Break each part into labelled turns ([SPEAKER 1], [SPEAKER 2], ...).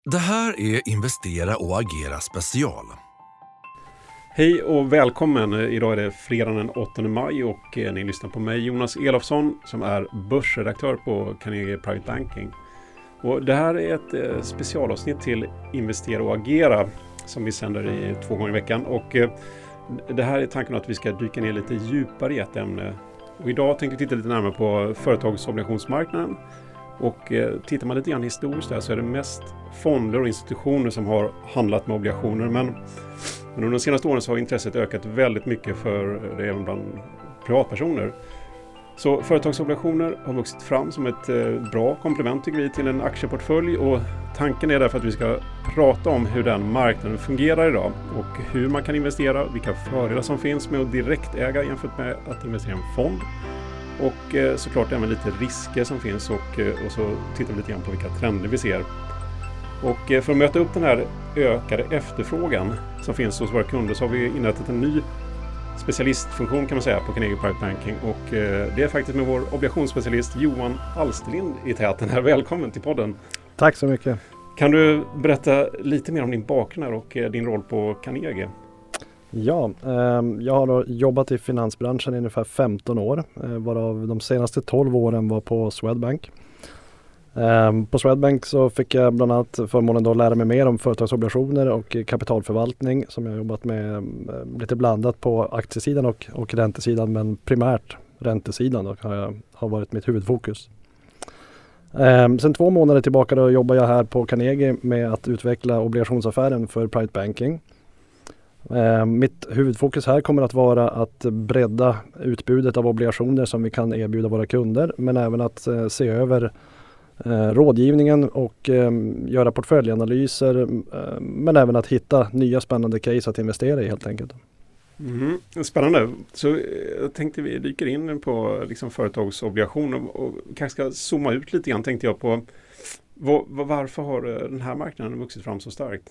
[SPEAKER 1] Det här är Investera och Agera special.
[SPEAKER 2] Hej och välkommen. Idag är det fredag den 8 maj och ni lyssnar på mig, Jonas Elofsson, som är börsredaktör på Carnegie Private Banking. Och det här är ett specialavsnitt till Investera och Agera som vi sänder 2 gånger i veckan. Och det här är tanken att vi ska dyka ner lite djupare i ett ämne. Och idag tänkte vi titta lite närmare på företagsobligationsmarknaden. Och tittar man lite grann historiskt där så är det mest fonder och institutioner som har handlat med obligationer. Men under de senaste åren så har intresset ökat väldigt mycket för det även bland privatpersoner. Så företagsobligationer har vuxit fram som ett bra komplement tycker vi till en aktieportfölj. Och tanken är därför att vi ska prata om hur den marknaden fungerar idag. Och hur man kan investera, vilka fördelar som finns med att direktäga jämfört med att investera i en fond. Och såklart även lite risker som finns och så tittar vi lite grann på vilka trender vi ser. Och för att möta upp den här ökade efterfrågan som finns hos våra kunder så har vi inrättat en ny specialistfunktion kan man säga på Carnegie Private Banking. Och det är faktiskt med vår obligationsspecialist Johan Alsterlind i täten här. Välkommen till podden.
[SPEAKER 3] Tack så mycket.
[SPEAKER 2] Kan du berätta lite mer om din bakgrund och din roll på Carnegie?
[SPEAKER 3] Ja, jag har då jobbat i finansbranschen i ungefär 15 år, varav de senaste 12 åren var på Swedbank. På Swedbank så fick jag bland annat förmånen att lära mig mer om företagsobligationer och kapitalförvaltning som jag jobbat med lite blandat på aktiesidan och räntesidan, men primärt räntesidan då, har varit mitt huvudfokus. Sen 2 månader tillbaka då jobbar jag här på Carnegie med att utveckla obligationsaffären för Private Banking. Mitt huvudfokus här kommer att vara att bredda utbudet av obligationer som vi kan erbjuda våra kunder, men även att se över rådgivningen och göra portföljanalyser, men även att hitta nya spännande case att investera i helt enkelt.
[SPEAKER 2] Spännande. Så jag tänkte vi dyker in på liksom företagsobligationer och kanske ska zooma ut lite grann tänkte jag på varför har den här marknaden vuxit fram så starkt?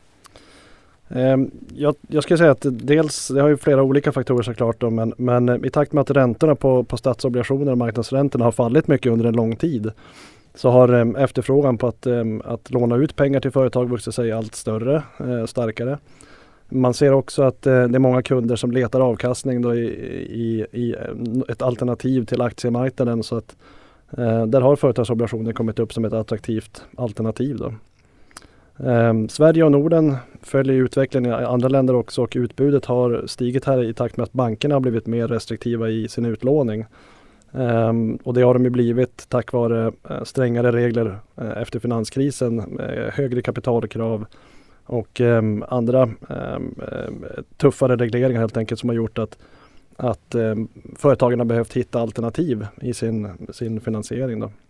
[SPEAKER 3] Jag skulle säga att dels, det har ju flera olika faktorer såklart då, men i takt med att räntorna på statsobligationer och marknadsräntorna har fallit mycket under en lång tid så har efterfrågan på att låna ut pengar till företag vuxit sig allt större, starkare. Man ser också att det är många kunder som letar avkastning då i ett alternativ till aktiemarknaden, så att där har företagsobligationer kommit upp som ett attraktivt alternativ då. Sverige och Norden följer utvecklingen i andra länder också och utbudet har stigit här i takt med att bankerna har blivit mer restriktiva i sin utlåning. Och det har de ju blivit tack vare strängare regler efter finanskrisen, högre kapitalkrav och andra tuffare regleringar helt enkelt som har gjort att företagen har behövt hitta alternativ i sin finansiering då.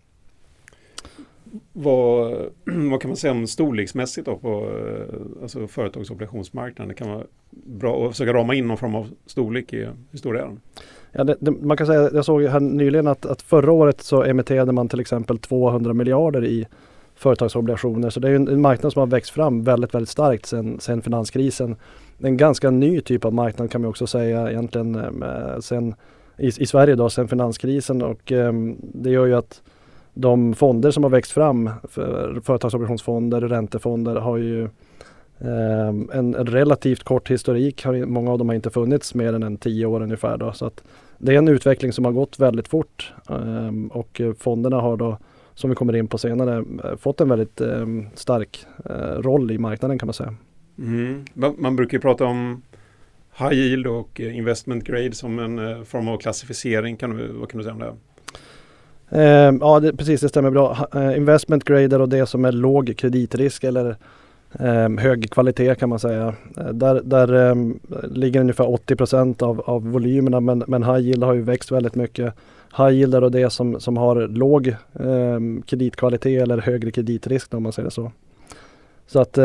[SPEAKER 2] Vad kan man säga om storleksmässigt då på alltså företagsobligationsmarknaden? Det kan vara bra att försöka rama in någon form av storlek i hur stor är den?
[SPEAKER 3] Ja, man kan säga, jag såg här nyligen att förra året så emitterade man till exempel 200 miljarder i företagsobligationer. Så det är en marknad som har växt fram väldigt, väldigt starkt sen finanskrisen. En ganska ny typ av marknad kan man också säga egentligen i Sverige då, sen finanskrisen, och det gör ju att de fonder som har växt fram, företagsobligationsfonder, räntefonder, har ju en relativt kort historik. Många av dem har inte funnits mer än 10 år ungefär då. Så att det är en utveckling som har gått väldigt fort och fonderna har då, som vi kommer in på senare, fått en väldigt stark roll i marknaden kan man säga.
[SPEAKER 2] Man brukar ju prata om high yield och investment grade som en form av klassificering. Vad kan du säga om det?
[SPEAKER 3] Ja, precis, det stämmer bra. Investment grade och det som är låg kreditrisk eller hög kvalitet kan man säga. Där ligger ungefär 80% av volymerna, men high yield har ju växt väldigt mycket. High yield är det som har låg kreditkvalitet eller högre kreditrisk om man säger det så. Så att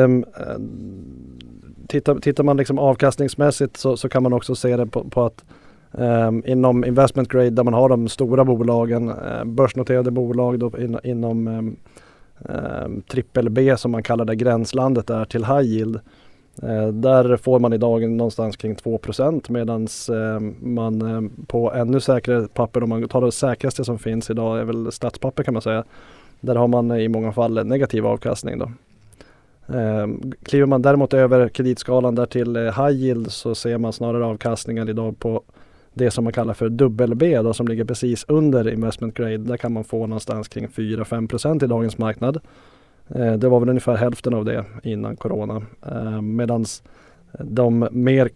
[SPEAKER 3] tittar man liksom avkastningsmässigt så kan man också se det på att inom investment grade där man har de stora bolagen, börsnoterade bolag då, inom triple B som man kallar det, gränslandet där till high yield. Där får man idag någonstans kring 2%, medan man på ännu säkrare papper, om man tar det säkraste som finns idag är väl statspapper kan man säga, där har man i många fall negativ avkastning då. Kliver man däremot över kreditskalan där till high yield så ser man snarare avkastningen idag på det som man kallar för dubbel-B då, som ligger precis under investment grade. Där kan man få någonstans kring 4-5% i dagens marknad. Det var väl ungefär hälften av det innan corona. Medan de mer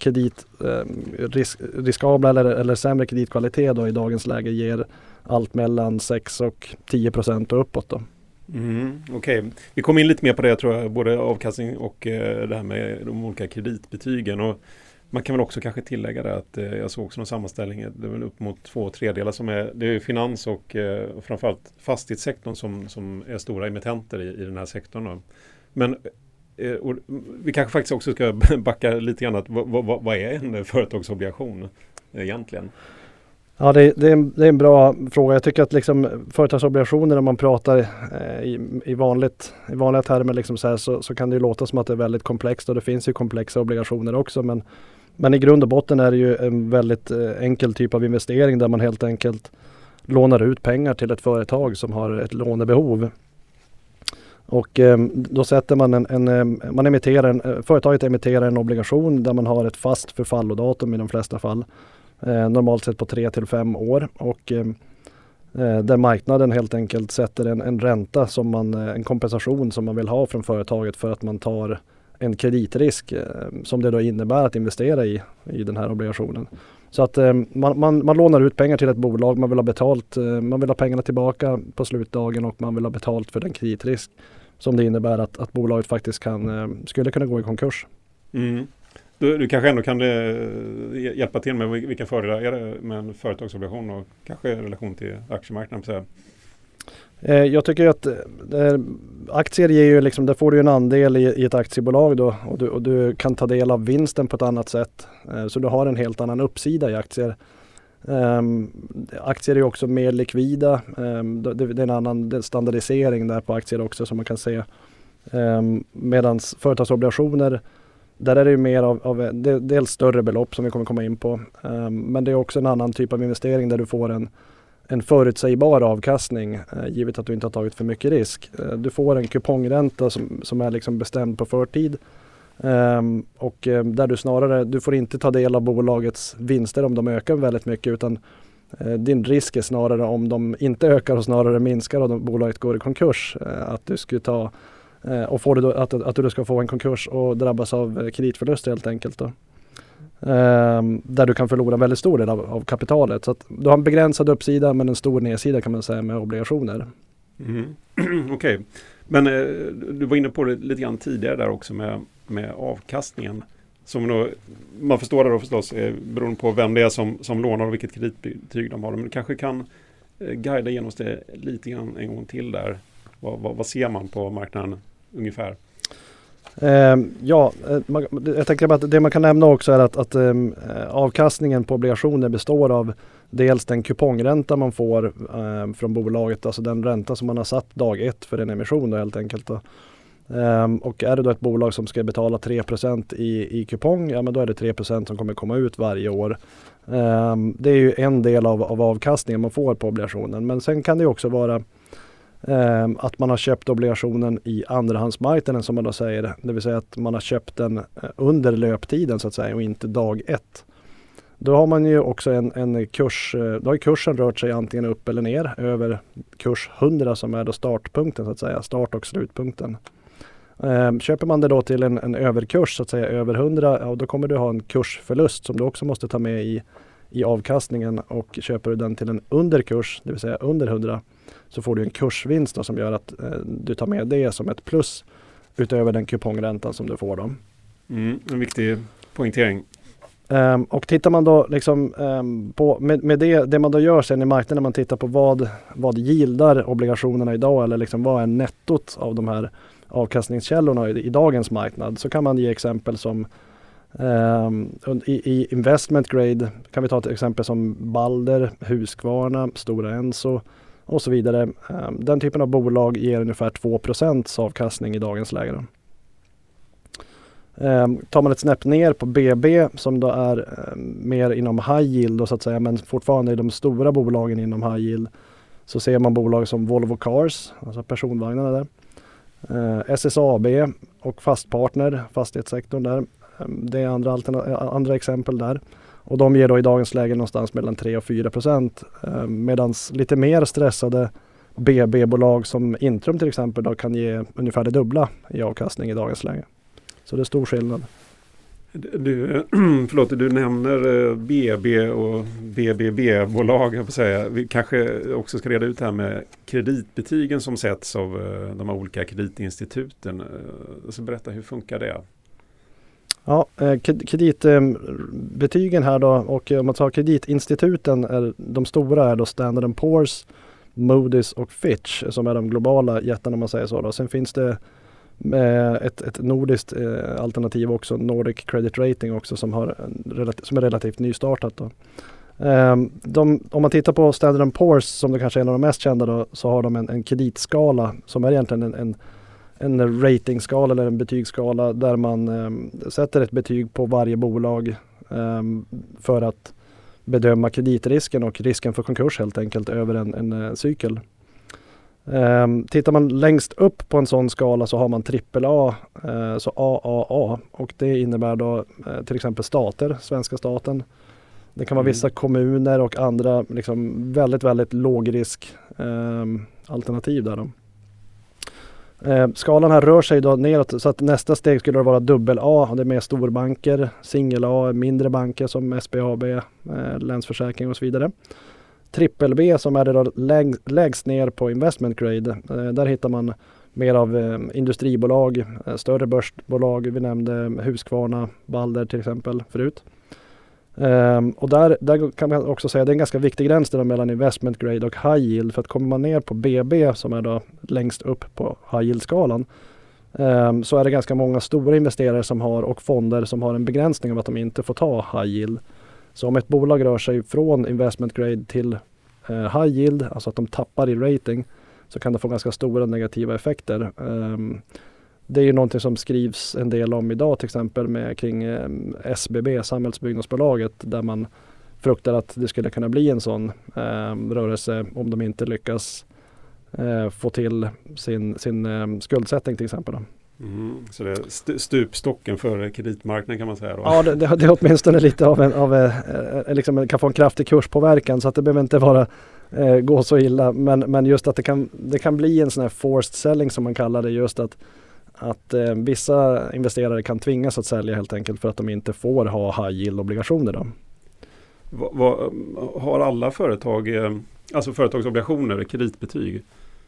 [SPEAKER 3] riskabla eller sämre kreditkvalitet då i dagens läge ger allt mellan 6-10% och uppåt då.
[SPEAKER 2] Okej. Vi kommer in lite mer på det tror jag, både avkastning och det här med de olika kreditbetygen. Och man kan väl också kanske tillägga det att jag såg också någon sammanställning, det är väl upp mot 2/3 som det är finans och framförallt fastighetssektorn som är stora emittenter i den här sektorn då. Men och vi kanske faktiskt också ska backa lite grann att vad är en företagsobligation egentligen?
[SPEAKER 3] Ja, det är en bra fråga. Jag tycker att liksom företagsobligationer, när man pratar i vanliga termer liksom så kan det ju låta som att det är väldigt komplext, och det finns ju komplexa obligationer också. Men i grund och botten är det ju en väldigt enkel typ av investering där man helt enkelt lånar ut pengar till ett företag som har ett lånebehov. Och då sätter man företaget emitterar en obligation där man har ett fast förfallodatum i de flesta fall. Normalt sett på 3-5 år, och där marknaden helt enkelt sätter en ränta en kompensation som man vill ha från företaget för att man tar en kreditrisk som det då innebär att investera i den här obligationen. Så att man lånar ut pengar till ett bolag, man vill ha betalt, man vill ha pengarna tillbaka på slutdagen och man vill ha betalt för den kreditrisk som det innebär att bolaget faktiskt skulle kunna gå i konkurs.
[SPEAKER 2] Du kanske ändå kan hjälpa till med vilka fördelar är det med en företagsobligation och kanske i relation till aktiemarknaden?
[SPEAKER 3] Jag tycker att aktier ger ju liksom, där får du en andel i ett aktiebolag då, och du kan ta del av vinsten på ett annat sätt. Så du har en helt annan uppsida i aktier. Aktier är också mer likvida. Det är en annan standardisering där på aktier också som man kan se. Medan företagsobligationer, där är det ju mer av dels större belopp som vi kommer komma in på. Men det är också en annan typ av investering där du får en förutsägbar avkastning givet att du inte har tagit för mycket risk. Du får en kupongränta som är liksom bestämd på förtid. Och där du får inte ta del av bolagets vinster om de ökar väldigt mycket, utan din risk är snarare om de inte ökar och snarare minskar och bolaget går i konkurs. Att du skulle ta och får du då, att du ska få en konkurs och drabbas av kreditförluster helt enkelt då. Där du kan förlora en väldigt stor del av kapitalet. Så att du har en begränsad uppsida men en stor nedsida kan man säga med obligationer.
[SPEAKER 2] Okej. Men du var inne på det lite grann tidigare där också med avkastningen. Som då, man förstår det då förstås beroende på vem det är som lånar och vilket kreditbetyg de har. Men du kanske kan guida igenom det lite grann en gång till där. Vad ser man på marknaden ungefär?
[SPEAKER 3] Jag tänker att det man kan nämna också är att avkastningen på obligationer består av dels den kupongränta man får från bolaget, alltså den ränta som man har satt dag 1 för en emission då, helt enkelt då. Och är det då ett bolag som ska betala 3% i kupong, ja men då är det 3% som kommer komma ut varje år. Det är ju en del av avkastningen man får på obligationen, men sen kan det också vara att man har köpt obligationen i andrahandsmarknaden som man då säger, det vill säga att man har köpt den under löptiden så att säga och inte dag 1. Då har man ju också en kurs, då har kursen rört sig antingen upp eller ner över kurs 100 som är då startpunkten så att säga, start- och slutpunkten. Köper man det då till en överkurs så att säga över 100, ja, då kommer du ha en kursförlust som du också måste ta med i avkastningen, och köper du den till en underkurs, det vill säga under 100, så får du en kursvinst då, som gör att du tar med det som ett plus utöver den kupongräntan som du får då.
[SPEAKER 2] En viktig poängtering.
[SPEAKER 3] Och tittar man då liksom, på med det man då gör sen i marknaden, när man tittar på vad gildar obligationerna idag, eller liksom vad är nettot av de här avkastningskällorna i dagens marknad, så kan man ge exempel som i investment grade kan vi ta ett exempel som Balder, Husqvarna, Stora Enso och så vidare. Den typen av bolag ger ungefär 2% avkastning i dagens läge då. Tar man ett snäpp ner på BB som då är mer inom high yield då, så att säga, men fortfarande i de stora bolagen inom high yield, så ser man bolag som Volvo Cars, alltså personvagnarna där. SSAB och Fastpartner, fastighetssektorn där. Det är andra exempel där. Och de ger då i dagens läge någonstans mellan 3 och 4%. Medan lite mer stressade BB-bolag som Intrum till exempel då kan ge ungefär det dubbla i avkastning i dagens läge. Så det är stor skillnad.
[SPEAKER 2] Du nämner BB och BBB-bolag, jag får säga. Vi kanske också ska reda ut det här med kreditbetygen som sätts av de olika kreditinstituten. Så berätta, hur funkar det?
[SPEAKER 3] Ja, kreditbetygen här då, och om man tar kreditinstituten, de stora är då Standard & Poor's, Moody's och Fitch som är de globala jättarna om man säger så då. Sen finns det ett nordiskt alternativ också, Nordic Credit Rating också som är relativt nystartat då. Om man tittar på Standard & Poor's som det kanske är en av de mest kända då, så har de en kreditskala som är egentligen en ratingskala eller en betygsskala där man sätter ett betyg på varje bolag för att bedöma kreditrisken och risken för konkurs helt enkelt över en cykel. Tittar man längst upp på en sån skala så har man AAA, så AAA, och det innebär då till exempel stater, svenska staten. Det kan vara vissa kommuner och andra liksom väldigt, väldigt lågrisk alternativ där då. Skalan här rör sig då neråt så att nästa steg skulle vara AA, det är med storbanker, singel A, mindre banker som SBAB, Länsförsäkring och så vidare. BBB som är det då lägst ner på investment grade, där hittar man mer av industribolag, större börsbolag, vi nämnde Husqvarna, Balder till exempel förut. Och där kan man också säga att det är en ganska viktig gräns där mellan investment grade och high yield, för att kommer man ner på BB som är då längst upp på high yield-skalan så är det ganska många stora investerare som har och fonder som har en begränsning av att de inte får ta high yield. Så om ett bolag rör sig från investment grade till high yield, alltså att de tappar i rating, så kan det få ganska stora negativa effekter. Det är ju någonting som skrivs en del om idag till exempel kring SBB, Samhällsbyggnadsbolaget, där man fruktar att det skulle kunna bli en sån rörelse om de inte lyckas få till sin skuldsättning till exempel.
[SPEAKER 2] Så det är stupstocken för kreditmarknaden kan man säga då?
[SPEAKER 3] Ja, det är åtminstone lite av liksom kan få en kraftig kurspåverkan, så att det behöver inte vara gå så illa, men just att det kan bli en sån här forced selling som man kallar det, just att vissa investerare kan tvingas att sälja helt enkelt för att de inte får ha high yield-obligationer då.
[SPEAKER 2] Har alla företag, alltså företagsobligationer, kreditbetyg?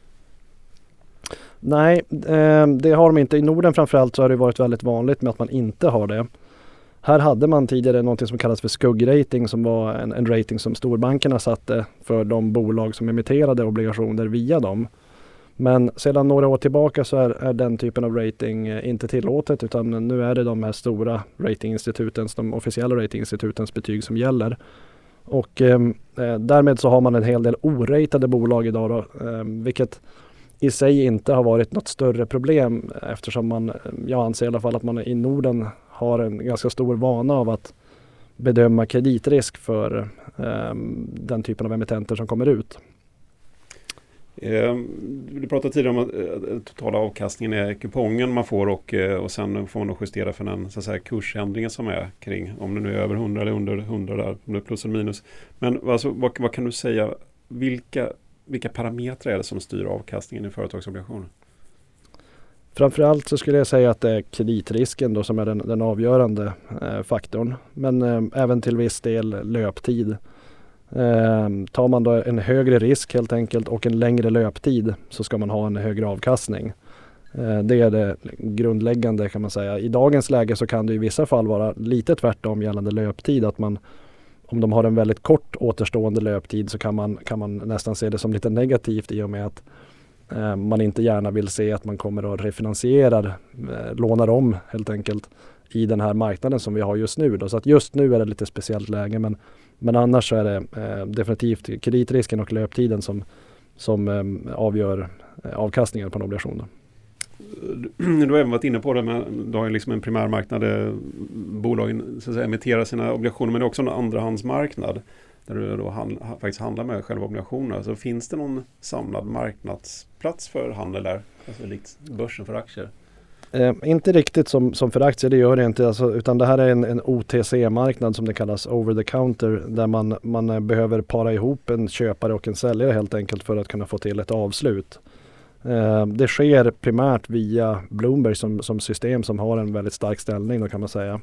[SPEAKER 3] Nej, det har de inte. I Norden framförallt så har det varit väldigt vanligt med att man inte har det. Här hade man tidigare något som kallas för skuggrating, som var en rating som storbankerna satte för de bolag som emitterade obligationer via dem. Men sedan några år tillbaka så är den typen av rating inte tillåtet, utan nu är det de här stora ratinginstitutens, de officiella ratinginstitutens betyg som gäller. Och därmed så har man en hel del oratade bolag idag då, vilket i sig inte har varit något större problem, eftersom jag anser i alla fall att man i Norden har en ganska stor vana av att bedöma kreditrisk för den typen av emittenter som kommer ut.
[SPEAKER 2] Du pratade tidigare om att totala avkastningen är kupongen man får och sen får man justera för den så att säga, kursändringen som är kring, om det nu är över 100 eller under 100 där, om det är plus eller minus. Men alltså, vad kan du säga, vilka parametrar är det som styr avkastningen i företagsobligationer?
[SPEAKER 3] Framförallt så skulle jag säga att det är kreditrisken då som är den avgörande faktorn, men även till viss del löptid. Tar man då en högre risk helt enkelt och en längre löptid, så ska man ha en högre avkastning. Det är det grundläggande kan man säga. I dagens läge så kan det i vissa fall vara lite tvärtom gällande löptid, att man, om de har en väldigt kort återstående löptid, så kan man nästan se det som lite negativt, i och med att man inte gärna vill se att man kommer att refinansiera, lånar om helt enkelt i den här marknaden som vi har just nu då. Så att just nu är det lite speciellt läge, men annars så är det definitivt kreditrisken och löptiden som avgör avkastningen på en obligation.
[SPEAKER 2] Du har även varit inne på det, med du har ju liksom en primärmarknad, bolagen så att säga emitterar sina obligationer, men det är också en andrahandsmarknad där du då faktiskt handlar med själva obligationerna. Så finns det någon samlad marknadsplats för handel där? Alltså likt börsen för aktier?
[SPEAKER 3] Inte riktigt som för aktier, det gör det inte. Alltså, utan det här är en OTC-marknad som det kallas, over the counter, där man behöver para ihop en köpare och en säljare helt enkelt för att kunna få till ett avslut. Det sker primärt via Bloomberg som system som har en väldigt stark ställning då, kan man säga.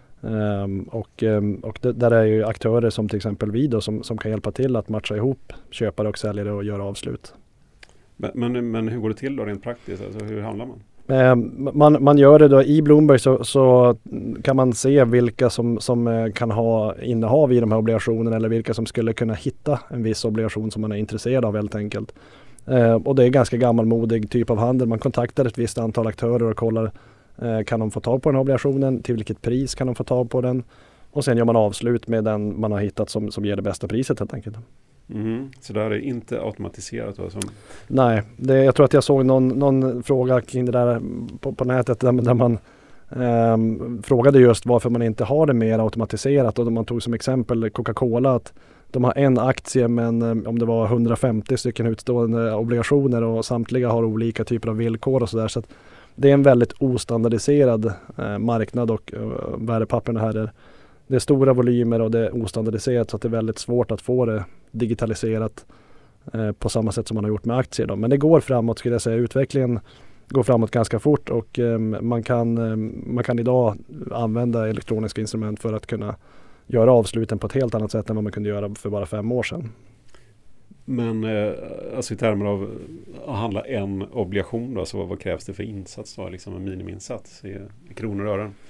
[SPEAKER 3] Och där är ju aktörer som till exempel vi då, som kan hjälpa till att matcha ihop köpare och säljare och göra avslut.
[SPEAKER 2] Men hur går det till då rent praktiskt? Alltså, hur handlar man?
[SPEAKER 3] Man gör det då i Bloomberg, så kan man se vilka som kan ha innehav i de här obligationerna, eller vilka som skulle kunna hitta en viss obligation som man är intresserad av helt enkelt. Och det är ganska gammalmodig typ av handel. Man kontaktar ett visst antal aktörer och kollar, kan de få tag på den här obligationen, till vilket pris kan de få tag på den, och sen gör man avslut med den man har hittat som ger det bästa priset helt enkelt.
[SPEAKER 2] Så det här är inte automatiserat då?
[SPEAKER 3] Nej, jag tror att jag såg någon fråga kring det där på nätet där man frågade just varför man inte har det mer automatiserat, och man tog som exempel Coca-Cola att de har en aktie men om det var 150 stycken utstående obligationer och samtliga har olika typer av villkor och sådär. Så att det är en väldigt ostandardiserad marknad, och värdepapperna här det är stora volymer och det är ostandardiserat, så att det är väldigt svårt att få det digitaliserat på samma sätt som man har gjort med aktier då. Men det går framåt, skulle jag säga. Utvecklingen går framåt ganska fort, och man kan idag använda elektroniska instrument för att kunna göra avsluten på ett helt annat sätt än vad man kunde göra för bara 5 år sedan.
[SPEAKER 2] Men alltså i termer av att handla en obligation då, så vad krävs det för insats då? Liksom en miniminsats i kronor och ören?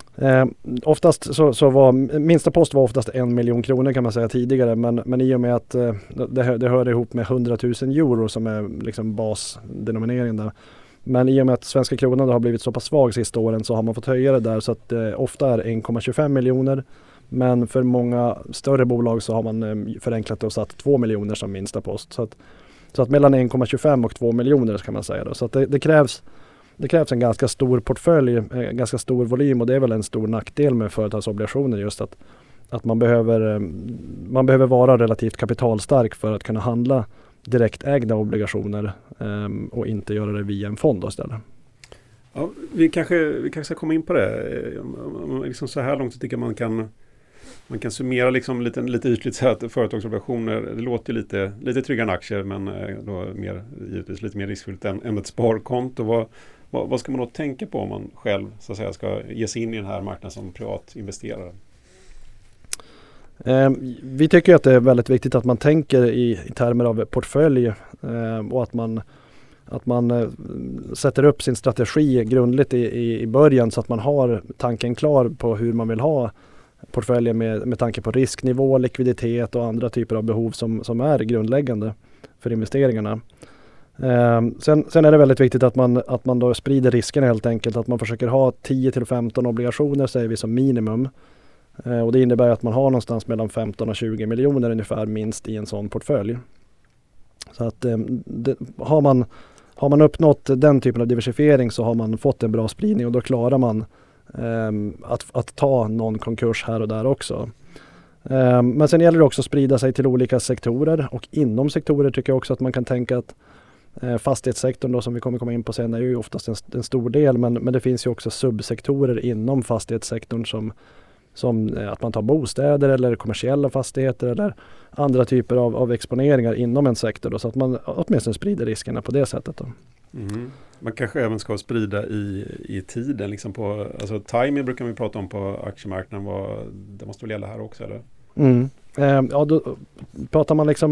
[SPEAKER 3] Oftast så var minsta post var oftast 1 miljon kronor kan man säga tidigare, men i och med att det hör ihop med 100 000 euro som är liksom basdenomineringen där. Men i och med att svenska kronan har blivit så pass svag sista åren, så har man fått höja det där, så att det ofta är 1,25 miljoner. Men för många större bolag så har man förenklat och satt 2 miljoner som minsta post. Så att mellan 1,25 och 2 miljoner kan man säga då. Så att det krävs en ganska stor portfölj, ganska stor volym, och det är väl en stor nackdel med företagsobligationer, just att man behöver vara relativt kapitalstark för att kunna handla direktägda obligationer och inte göra det via en fond istället.
[SPEAKER 2] Ja, vi kanske ska komma in på det. Liksom så här långt så tycker jag man kan summera liksom lite ytligt så här att företagsobligationer, det låter ju lite tryggare än aktier, men då givetvis lite mer riskfyllt än ett sparkonto. Vad ska man då tänka på om man själv så att säga ska ge sig in i den här marknaden som privat investerare?
[SPEAKER 3] Vi tycker att det är väldigt viktigt att man tänker i termer av portfölj, och att man sätter upp sin strategi grundligt i början, så att man har tanken klar på hur man vill ha portföljen med tanke på risknivå, likviditet och andra typer av behov som är grundläggande för investeringarna. Sen är det väldigt viktigt att man då sprider riskerna helt enkelt, att man försöker ha 10-15 obligationer säger vi som minimum. Och det innebär att man har någonstans mellan 15 och 20 miljoner ungefär minst i en sån portfölj. Så att har man uppnått den typen av diversifiering, så har man fått en bra spridning, och då klarar man att ta någon konkurs här och där också. Men sen gäller det också att sprida sig till olika sektorer, och inom sektorer tycker jag också att man kan tänka att fastighetssektorn då, som vi kommer komma in på sen, är ju oftast en stor del, men det finns ju också subsektorer inom fastighetssektorn som att man tar bostäder eller kommersiella fastigheter eller andra typer av exponeringar inom en sektor då, så att man åtminstone sprider riskerna på det sättet då.
[SPEAKER 2] Man kanske även ska sprida i tiden liksom på, alltså timing brukar vi prata om på aktiemarknaden, det måste väl gälla här också eller?
[SPEAKER 3] Ja, då pratar man liksom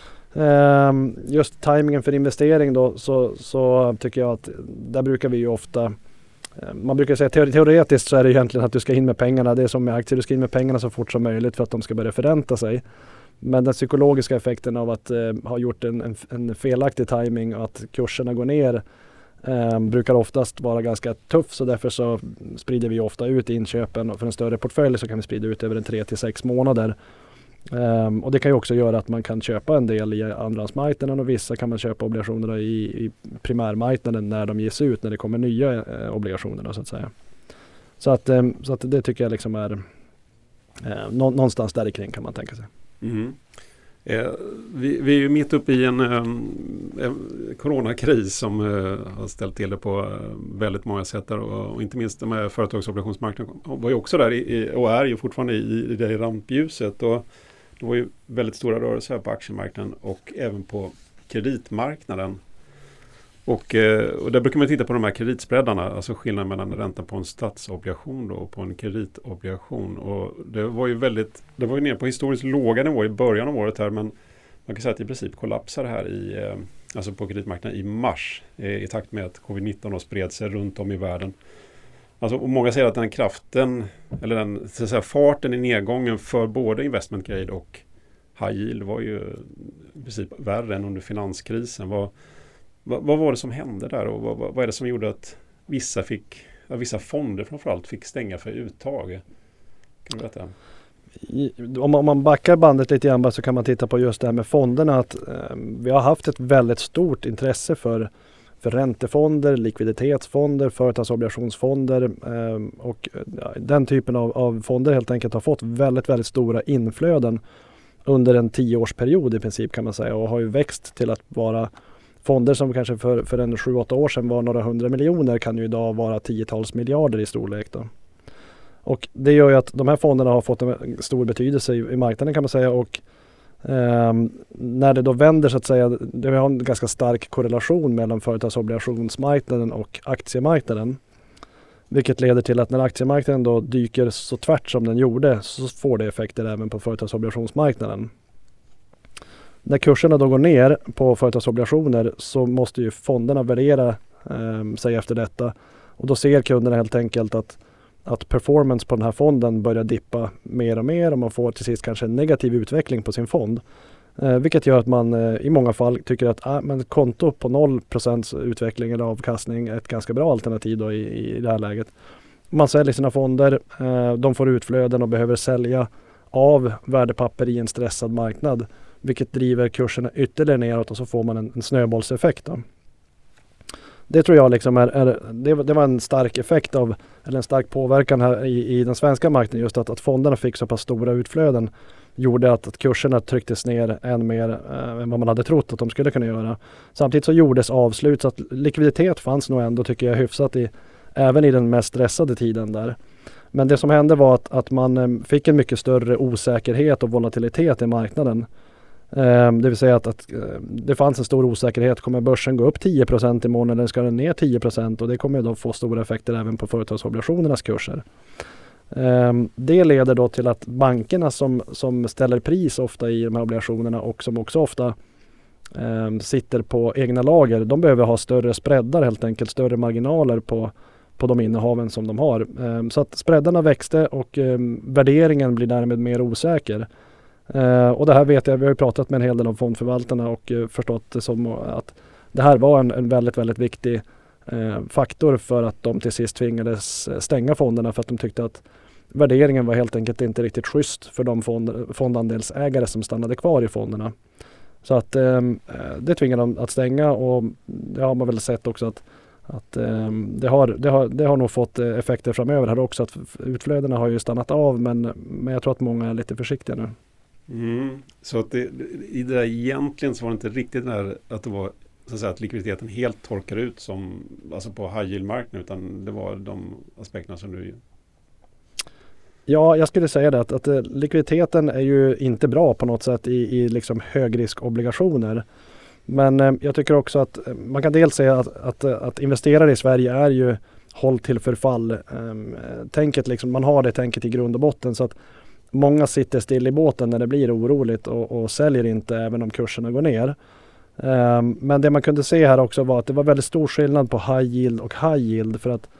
[SPEAKER 3] just timingen för investering då, så tycker jag att där brukar vi ju ofta, man brukar säga teoretiskt så är det egentligen att du ska in med pengarna, det är som med aktier, du ska in med pengarna så fort som möjligt för att de ska börja förränta sig. Men den psykologiska effekten av att ha gjort en felaktig timing och att kurserna går ner brukar oftast vara ganska tuff, så därför så sprider vi ofta ut inköpen, och för en större portfölj så kan vi sprida ut över 3-6 månader. Och det kan ju också göra att man kan köpa en del i andrahandsmarknaden, och vissa kan man köpa obligationerna i primärmarknaden när de ges ut, när det kommer nya obligationer så att säga. Så att det tycker jag liksom är någonstans där kring kan man tänka sig.
[SPEAKER 2] Mm. Vi är ju mitt uppe i en coronakris som har ställt till det på väldigt många sätt där, och inte minst de här företagsobligationsmarknaden var ju också där och är ju fortfarande i det rampljuset, och det var ju väldigt stora rörelser här på aktiemarknaden och även på kreditmarknaden. Och där brukar man titta på de här kreditspreadarna, alltså skillnaden mellan räntan på en statsobligation då och på en kreditobligation. Och det var ju nere på historiskt låga nivå i början av året här, men man kan säga att i princip kollapsar här alltså på kreditmarknaden i mars i takt med att covid-19 då spred sig runt om i världen. Alltså, och många säger att den kraften, eller den så att säga, farten i nedgången för både investment grade och high yield var ju i princip värre än under finanskrisen. Vad var det som hände där, och vad är det som gjorde att vissa fonder framförallt fick stänga för uttag? Kan du berätta?
[SPEAKER 3] Om man backar bandet lite grann så kan man titta på just det här med fonderna, att vi har haft ett väldigt stort intresse för räntefonder, likviditetsfonder, företagsobligationsfonder och den typen av fonder helt enkelt har fått väldigt, väldigt stora inflöden under en 10-årsperiod i princip, kan man säga, och har ju växt till att vara fonder som kanske för en 7-8 år sedan var några 100 miljoner kan ju idag vara 10-tals miljarder i storlek då. Och det gör ju att de här fonderna har fått en stor betydelse i marknaden, kan man säga, och när det då vänder så att säga, det har en ganska stark korrelation mellan företagsobligationsmarknaden och aktiemarknaden. Vilket leder till att när aktiemarknaden då dyker så tvärt som den gjorde, så får det effekter även på företagsobligationsmarknaden. När kurserna då går ner på företagsobligationer så måste ju fonderna värdera sig efter detta. Och då ser kunderna helt enkelt att performance på den här fonden börjar dippa mer och mer, och man får till sist kanske en negativ utveckling på sin fond. Vilket gör att man i många fall tycker att men konto på 0% utveckling eller avkastning är ett ganska bra alternativ då i det här läget. Man säljer sina fonder, de får utflöden och behöver sälja av värdepapper i en stressad marknad, vilket driver kurserna ytterligare neråt, och så får man en snöbollseffekt då. Det tror jag liksom det var en stark effekt av, eller en stark påverkan här i den svenska marknaden, just att fonderna fick så pass stora utflöden gjorde att kurserna trycktes ner än mer än vad man hade trott att de skulle kunna göra. Samtidigt så gjordes avslut, så att likviditet fanns nog ändå, tycker jag, hyfsat även i den mest stressade tiden där. Men det som hände var att man fick en mycket större osäkerhet och volatilitet i marknaden. Det vill säga att det fanns en stor osäkerhet. Kommer börsen gå upp 10% imorgon eller ska den ner 10%? Och det kommer då få stora effekter även på företagsobligationernas kurser. Det leder då till att bankerna som ställer pris ofta i de här obligationerna, och som också ofta sitter på egna lager, de behöver ha större spreadar, helt enkelt större marginaler på de innehaven som de har. Så att spreadarna växte och värderingen blir därmed mer osäker. Och det här vet jag, vi har ju pratat med en hel del av fondförvaltarna och förstått det som att det här var en väldigt, väldigt viktig faktor för att de till sist tvingades stänga fonderna, för att de tyckte att värderingen var helt enkelt inte riktigt schysst för de fondandelsägare som stannade kvar i fonderna. Så att det tvingade dem att stänga, och det har man väl sett också att det har nog fått effekter framöver här också, att utflödena har ju stannat av, men jag tror att många är lite försiktiga nu.
[SPEAKER 2] Så att i det där egentligen så var det inte riktigt där att det var så att säga att likviditeten helt torkar ut som alltså på high yield-marknaden, utan det var de aspekterna som du...
[SPEAKER 3] Ja, jag skulle säga det att likviditeten är ju inte bra på något sätt i liksom högriskobligationer. Men jag tycker också att man kan dels säga att investerare i Sverige är ju håll till förfall. Tänket liksom, man har det tänket i grund och botten, så att många sitter still i båten när det blir oroligt och säljer inte även om kurserna går ner. Men det man kunde se här också var att det var väldigt stor skillnad på high yield och high yield, för att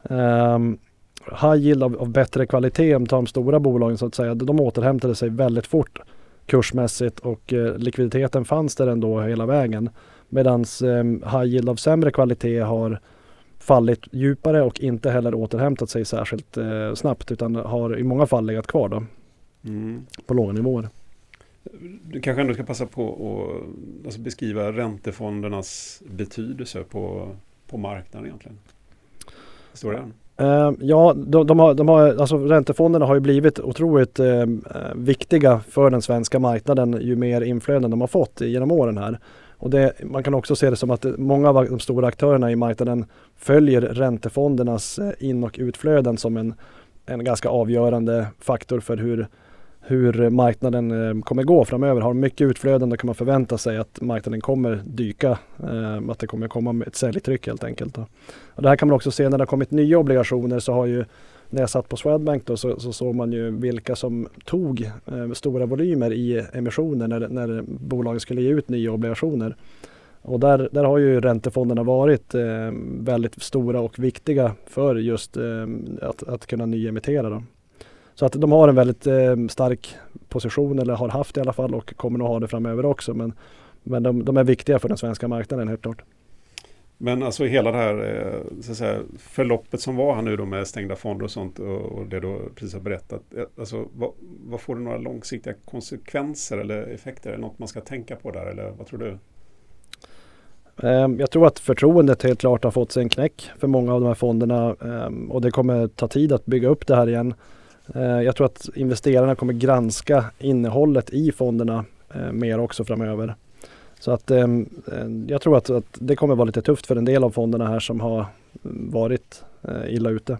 [SPEAKER 3] high yield av bättre kvalitet, om de stora bolagen så att säga, de återhämtade sig väldigt fort kursmässigt, och likviditeten fanns där ändå hela vägen, medan high yield av sämre kvalitet har fallit djupare och inte heller återhämtat sig särskilt snabbt, utan har i många fall legat kvar då, på låga nivåer.
[SPEAKER 2] Du kanske ändå ska passa på att beskriva räntefondernas betydelse på marknaden egentligen. Står det?
[SPEAKER 3] Ja, alltså räntefonderna har ju blivit otroligt viktiga för den svenska marknaden ju mer inflöden de har fått genom åren här. Och man kan också se det som att många av de stora aktörerna i marknaden följer räntefondernas in- och utflöden som en ganska avgörande faktor för hur marknaden kommer gå framöver. Har mycket utflöden, då kan man förvänta sig att marknaden kommer dyka, att det kommer komma med ett säljtryck helt enkelt. Och det här kan man också se när det har kommit nya obligationer, så har ju, när jag satt på Swedbank då, så såg man ju vilka som tog stora volymer i emissioner när bolagen skulle ge ut nya obligationer. Och där har ju räntefonderna varit väldigt stora och viktiga för just att kunna nyemittera dem. Så att de har en väldigt stark position, eller har haft i alla fall, och kommer nog ha det framöver också. Men de är viktiga för den svenska marknaden, helt klart.
[SPEAKER 2] Men alltså hela det här så att säga, förloppet som var här nu då med stängda fonder och sånt, och det då precis har berättat. Alltså, vad får det några långsiktiga konsekvenser eller effekter? Eller något man ska tänka på där, eller vad tror du?
[SPEAKER 3] Jag tror att förtroendet helt klart har fått sig en knäck för många av de här fonderna, och det kommer ta tid att bygga upp det här igen. Jag tror att investerarna kommer granska innehållet i fonderna mer också framöver. Så att jag tror att det kommer vara lite tufft för en del av fonderna här som har varit illa ute.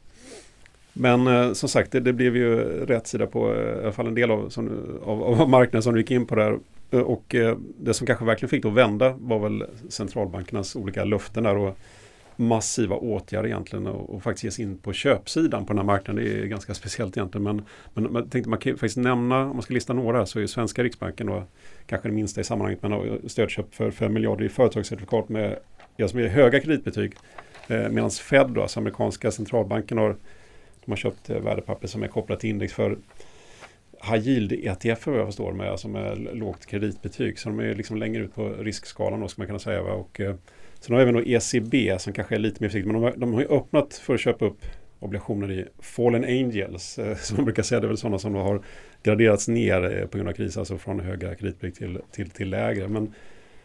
[SPEAKER 2] Men som sagt, det blev ju rätt sida på i alla fall en del av marknaden som du gick in på där. Och det som kanske verkligen fick det att vända var väl centralbankernas olika löften där och massiva åtgärder egentligen, och faktiskt ge sig in på köpsidan på den här marknaden. Det är ganska speciellt egentligen, men jag tänkte man kan faktiskt nämna, om man ska lista några, så är svenska Riksbanken då kanske det minsta i sammanhanget, men har stödköp för 5 miljarder i företagscertifikat med som är höga kreditbetyg, medan Fed då, alltså amerikanska centralbanken, de har köpt värdepapper som är kopplat till index för high yield ETF, vad jag förstår, med lågt kreditbetyg, så de är liksom längre ut på riskskalan då, ska man kunna säga, va? Och sen har vi även då ECB som kanske är lite mer försiktigt, men de har ju öppnat för att köpa upp obligationer i Fallen Angels, som man brukar säga. Det är väl sådana som har graderats ner på grund av kris, alltså från höga kreditbetyg till lägre. Men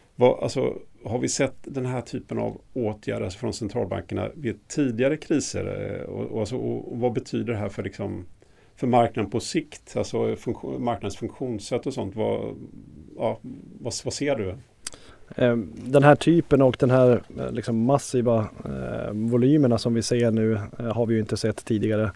[SPEAKER 2] har vi sett den här typen av åtgärder från centralbankerna vid tidigare kriser? Och vad betyder det här för marknaden på sikt? Alltså marknadens funktionssätt och sånt. Vad ser du?
[SPEAKER 3] Den här typen och den här liksom massiva volymerna som vi ser nu har vi ju inte sett tidigare.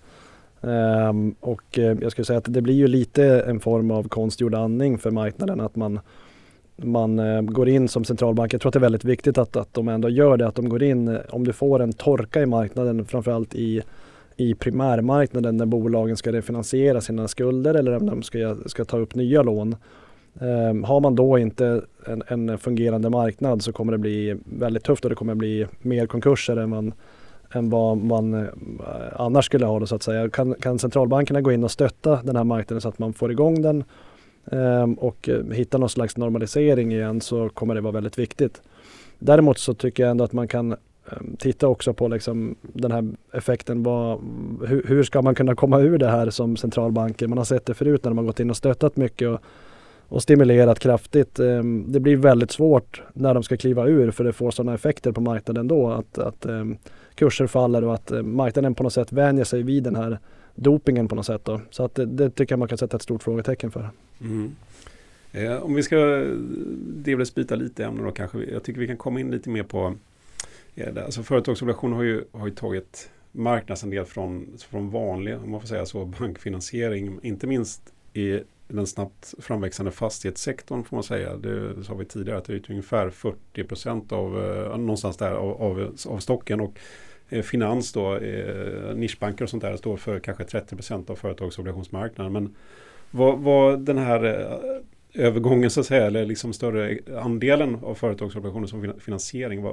[SPEAKER 3] Och jag skulle säga att det blir ju lite en form av konstgjord andning för marknaden, att man går in som centralbank. Jag tror att det är väldigt viktigt att de ändå gör det, att de går in om du får en torka i marknaden, framförallt i primärmarknaden när bolagen ska refinansiera sina skulder eller om de ska ta upp nya lån. Har man då inte en fungerande marknad, så kommer det bli väldigt tufft, och det kommer bli mer konkurser än vad man annars skulle ha det, så att säga. Kan centralbankerna gå in och stötta den här marknaden så att man får igång den och hitta någon slags normalisering igen, så kommer det vara väldigt viktigt. Däremot så tycker jag ändå att man kan titta också på liksom den här effekten. Hur ska man kunna komma ur det här som centralbanker? Man har sett det förut när de har gått in och stöttat mycket och stimulerat kraftigt. Det blir väldigt svårt när de ska kliva ur, för det får sådana effekter på marknaden då att kurser faller och att marknaden på något sätt vänjer sig vid den här dopingen på något sätt då. Så att det tycker jag man kan sätta ett stort frågetecken för.
[SPEAKER 2] Mm. Om vi ska byta lite ämne då kanske. Jag tycker vi kan komma in lite mer på alltså företagsobligationer har ju tagit marknadsandel från vanlig, om man får säga så, bankfinansiering, inte minst i den snabbt framväxande fastighetssektorn, får man säga. Det sa vi tidigare, att det är ungefär 40% av någonstans där av stocken, och finans då, nischbanker och sånt där står för kanske 30% av företagsobligationsmarknaden. Men vad den här övergången, så att säga, eller liksom större andelen av företagsobligationer som finansiering,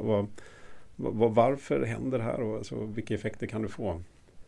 [SPEAKER 2] varför händer det här, och alltså, vilka effekter kan du få?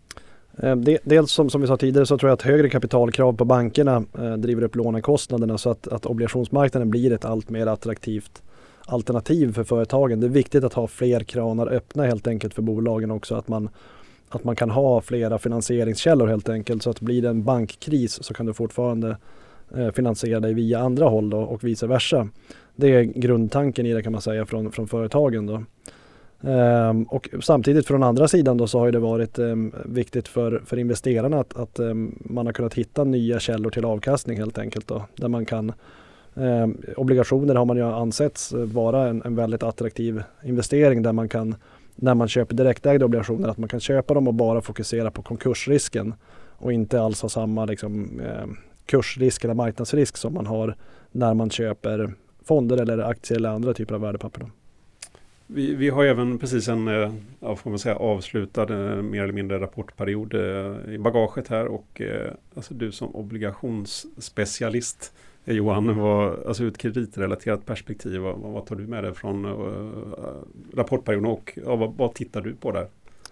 [SPEAKER 3] Dels som vi sa tidigare, så tror jag att högre kapitalkrav på bankerna driver upp lånekostnaderna, så att obligationsmarknaden blir ett allt mer attraktivt alternativ för företagen. Det är viktigt att ha fler kranar öppna helt enkelt för bolagen också, att man kan ha flera finansieringskällor helt enkelt, så att blir det en bankkris så kan du fortfarande finansiera dig via andra håll då, och vice versa. Det är grundtanken i det, kan man säga, från företagen då. Och samtidigt från andra sidan då så har det varit viktigt för investerarna att man har kunnat hitta nya källor till avkastning helt enkelt då, där man kan obligationer har man ju ansetts vara en väldigt attraktiv investering där man kan, när man köper direktägda obligationer, att man kan köpa dem och bara fokusera på konkursrisken och inte alls ha samma kursrisk eller marknadsrisk som man har när man köper fonder eller aktier eller andra typer av värdepapper då.
[SPEAKER 2] Vi har även precis en får man säga, avslutad mer eller mindre rapportperiod i bagaget här och alltså du som obligationsspecialist Johan, ur ett kreditrelaterat perspektiv, vad tar du med dig från rapportperioden och vad tittar du på där?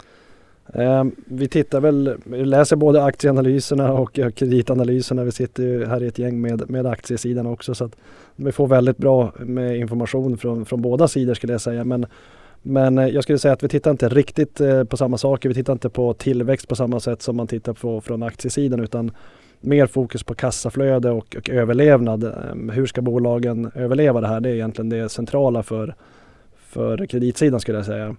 [SPEAKER 3] Vi läser både aktieanalyserna och kreditanalyserna. Vi sitter ju här i ett gäng med aktiesidan också, så att vi får väldigt bra med information från båda sidor skulle jag säga. Men jag skulle säga att vi tittar inte riktigt på samma saker. Vi tittar inte på tillväxt på samma sätt som man tittar på från aktiesidan, utan mer fokus på kassaflöde och överlevnad. Hur ska bolagen överleva det här? Det är egentligen det centrala för kreditsidan skulle jag säga.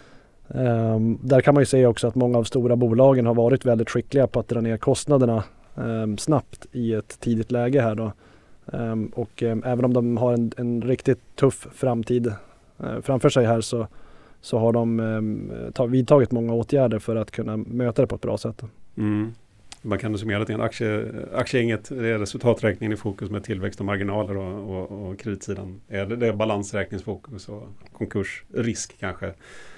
[SPEAKER 3] Där kan man ju se också att många av stora bolagen har varit väldigt skickliga på att dra ner kostnaderna snabbt i ett tidigt läge här då. Och även om de har en riktigt tuff framtid framför sig här så har de vidtagit många åtgärder för att kunna möta det på ett bra sätt.
[SPEAKER 2] Mm. Man kan summera till en aktiegänget, det är resultaträkningen i fokus med tillväxt och marginaler och kreditsidan. Det är balansräkningsfokus och konkursrisk kanske.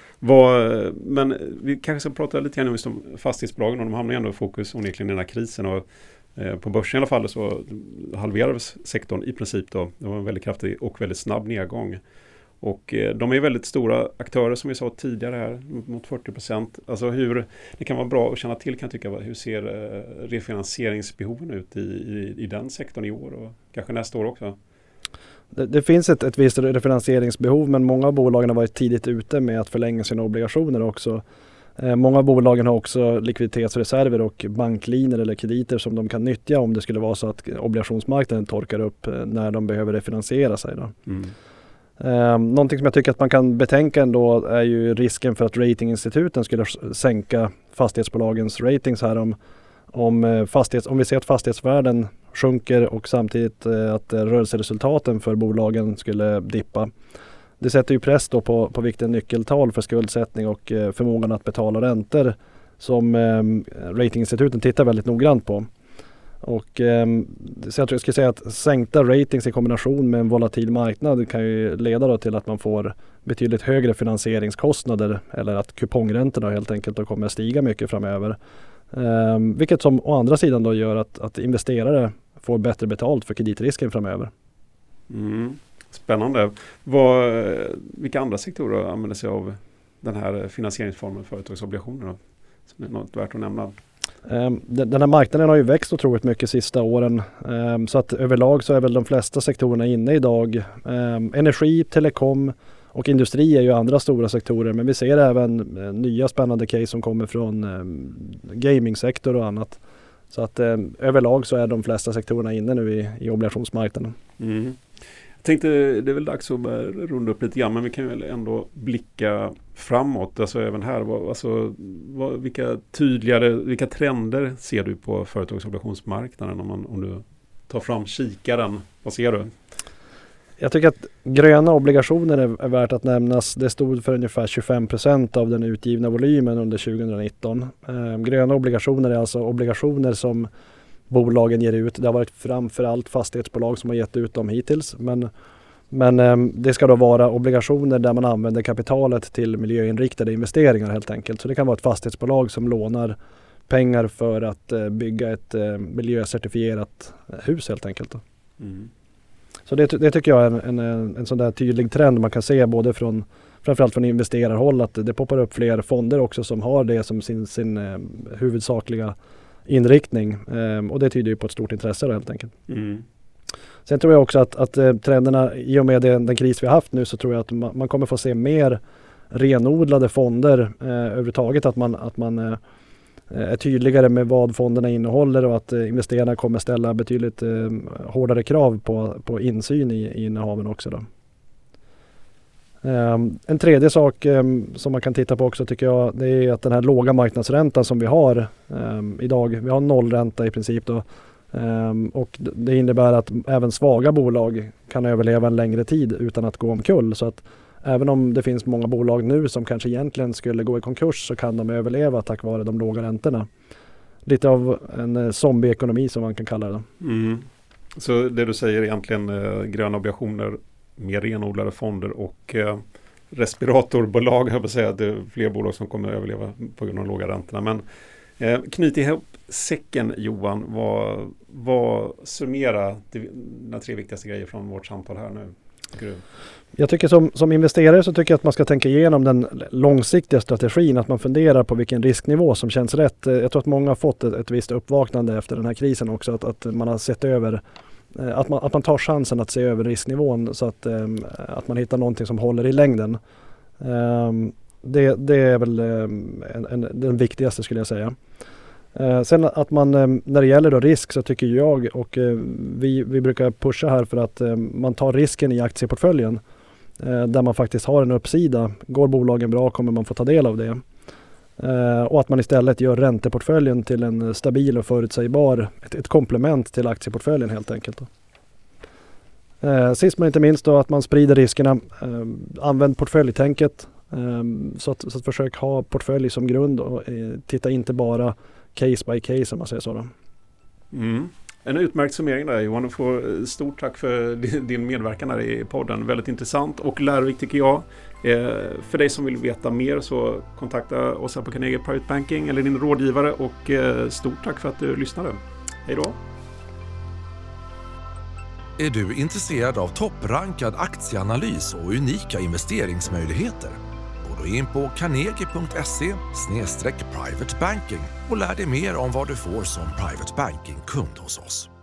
[SPEAKER 2] Men vi kanske ska prata lite grann om fastighetsbolagen, och de hamnar ändå i fokus onekligen i den här krisen. Och på börsen i alla fall så halverades sektorn i princip då. Det var en väldigt kraftig och väldigt snabb nedgång. Och de är väldigt stora aktörer som vi sa tidigare här, mot 40%. Alltså det kan vara bra att känna till, kan jag tycka, hur ser refinansieringsbehoven ut i den sektorn i år och kanske nästa år också?
[SPEAKER 3] Det finns ett visst refinansieringsbehov, men många av bolagen har varit tidigt ute med att förlänga sina obligationer också. Många av bolagen har också likviditetsreserver och banklinjer eller krediter som de kan nyttja om det skulle vara så att obligationsmarknaden torkar upp när de behöver refinansiera sig då. Någonting som jag tycker att man kan betänka ändå är ju risken för att ratinginstituten skulle sänka fastighetsbolagens ratings här om vi ser att fastighetsvärden sjunker och samtidigt att rörelseresultaten för bolagen skulle dippa. Det sätter ju press då på viktiga nyckeltal för skuldsättning och förmågan att betala räntor som ratinginstituten tittar väldigt noggrant på. Och så jag skulle säga att sänkta ratings i kombination med en volatil marknad kan ju leda då till att man får betydligt högre finansieringskostnader, eller att kupongräntorna helt enkelt då kommer att stiga mycket framöver. Vilket som å andra sidan då gör att investerare får bättre betalt för kreditrisken framöver.
[SPEAKER 2] Spännande. Vilka andra sektorer använder sig av den här finansieringsformen, företagsobligationer då? Som är något värt att nämna.
[SPEAKER 3] Den här marknaden har ju växt otroligt mycket sista åren, så att överlag så är väl de flesta sektorerna inne idag. Energi, telekom och industri är ju andra stora sektorer, men vi ser även nya spännande case som kommer från gamingsektor och annat. Så att överlag så är de flesta sektorerna inne nu i obligationsmarknaden.
[SPEAKER 2] Jag tänkte, det är väl dags att runda upp lite grann, men vi kan väl ändå blicka framåt. Alltså även här, vilka trender ser du på företagsobligationsmarknaden om du tar fram kikaren? Vad ser du?
[SPEAKER 3] Jag tycker att gröna obligationer är värt att nämnas. Det stod för ungefär 25% av den utgivna volymen under 2019. Gröna obligationer är alltså obligationer som bolagen ger ut. Det har varit framförallt fastighetsbolag som har gett ut dem hittills. Men det ska då vara obligationer där man använder kapitalet till miljöinriktade investeringar helt enkelt. Så det kan vara ett fastighetsbolag som lånar pengar för att bygga ett miljöcertifierat hus helt enkelt. Så det tycker jag är en sån där tydlig trend man kan se både framförallt från investerarhåll, att det poppar upp fler fonder också som har det som sin huvudsakliga inriktning. Och det tyder ju på ett stort intresse då, helt enkelt. Sen tror jag också att trenderna, i och med den kris vi har haft nu, så tror jag att man kommer få se mer renodlade fonder överhuvudtaget, att man är tydligare med vad fonderna innehåller och att investerarna kommer ställa betydligt hårdare krav på insyn i innehaven också då. En tredje sak som man kan titta på också tycker jag, det är att den här låga marknadsräntan som vi har idag, vi har nollränta i princip då, och det innebär att även svaga bolag kan överleva en längre tid utan att gå omkull. Så att även om det finns många bolag nu som kanske egentligen skulle gå i konkurs så kan de överleva tack vare de låga räntorna. Lite av en zombieekonomi som man kan kalla det.
[SPEAKER 2] Mm. Så det du säger är egentligen gröna obligationer, mer renodlade fonder och respiratorbolag, jag vill säga att det är fler bolag som kommer att överleva på grund av låga räntorna. Men knyt ihop säcken, Johan, vad summera de 3 viktigaste grejer från vårt samtal här nu?
[SPEAKER 3] Jag tycker som investerare så tycker jag att man ska tänka igenom den långsiktiga strategin, att man funderar på vilken risknivå som känns rätt. Jag tror att många har fått ett visst uppvaknande efter den här krisen också, att man har sett över, att man tar chansen att se över risknivån så att man hittar någonting som håller i längden. Det är väl den viktigaste skulle jag säga. Sen att man, när det gäller då risk så tycker jag och vi brukar pusha här för att man tar risken i aktieportföljen där man faktiskt har en uppsida. Går bolagen bra kommer man få ta del av det. Och att man istället gör ränteportföljen till en stabil och förutsägbar, ett komplement till aktieportföljen helt enkelt. Sist men inte minst då att man sprider riskerna. Använd portföljtänket. Så att försök ha portfölj som grund och titta inte bara case by case om man säger så då.
[SPEAKER 2] En utmärkt summering där, Johan. Stort tack för din medverkan här i podden. Väldigt intressant och lärorikt tycker jag. För dig som vill veta mer så kontakta oss här på Carnegie Private Banking eller din rådgivare och stort tack för att du lyssnade. Hej då!
[SPEAKER 1] Är du intresserad av topprankad aktieanalys och unika investeringsmöjligheter? Gå då in på carnegie.se/privatebanking och lär dig mer om vad du får som private banking-kund hos oss.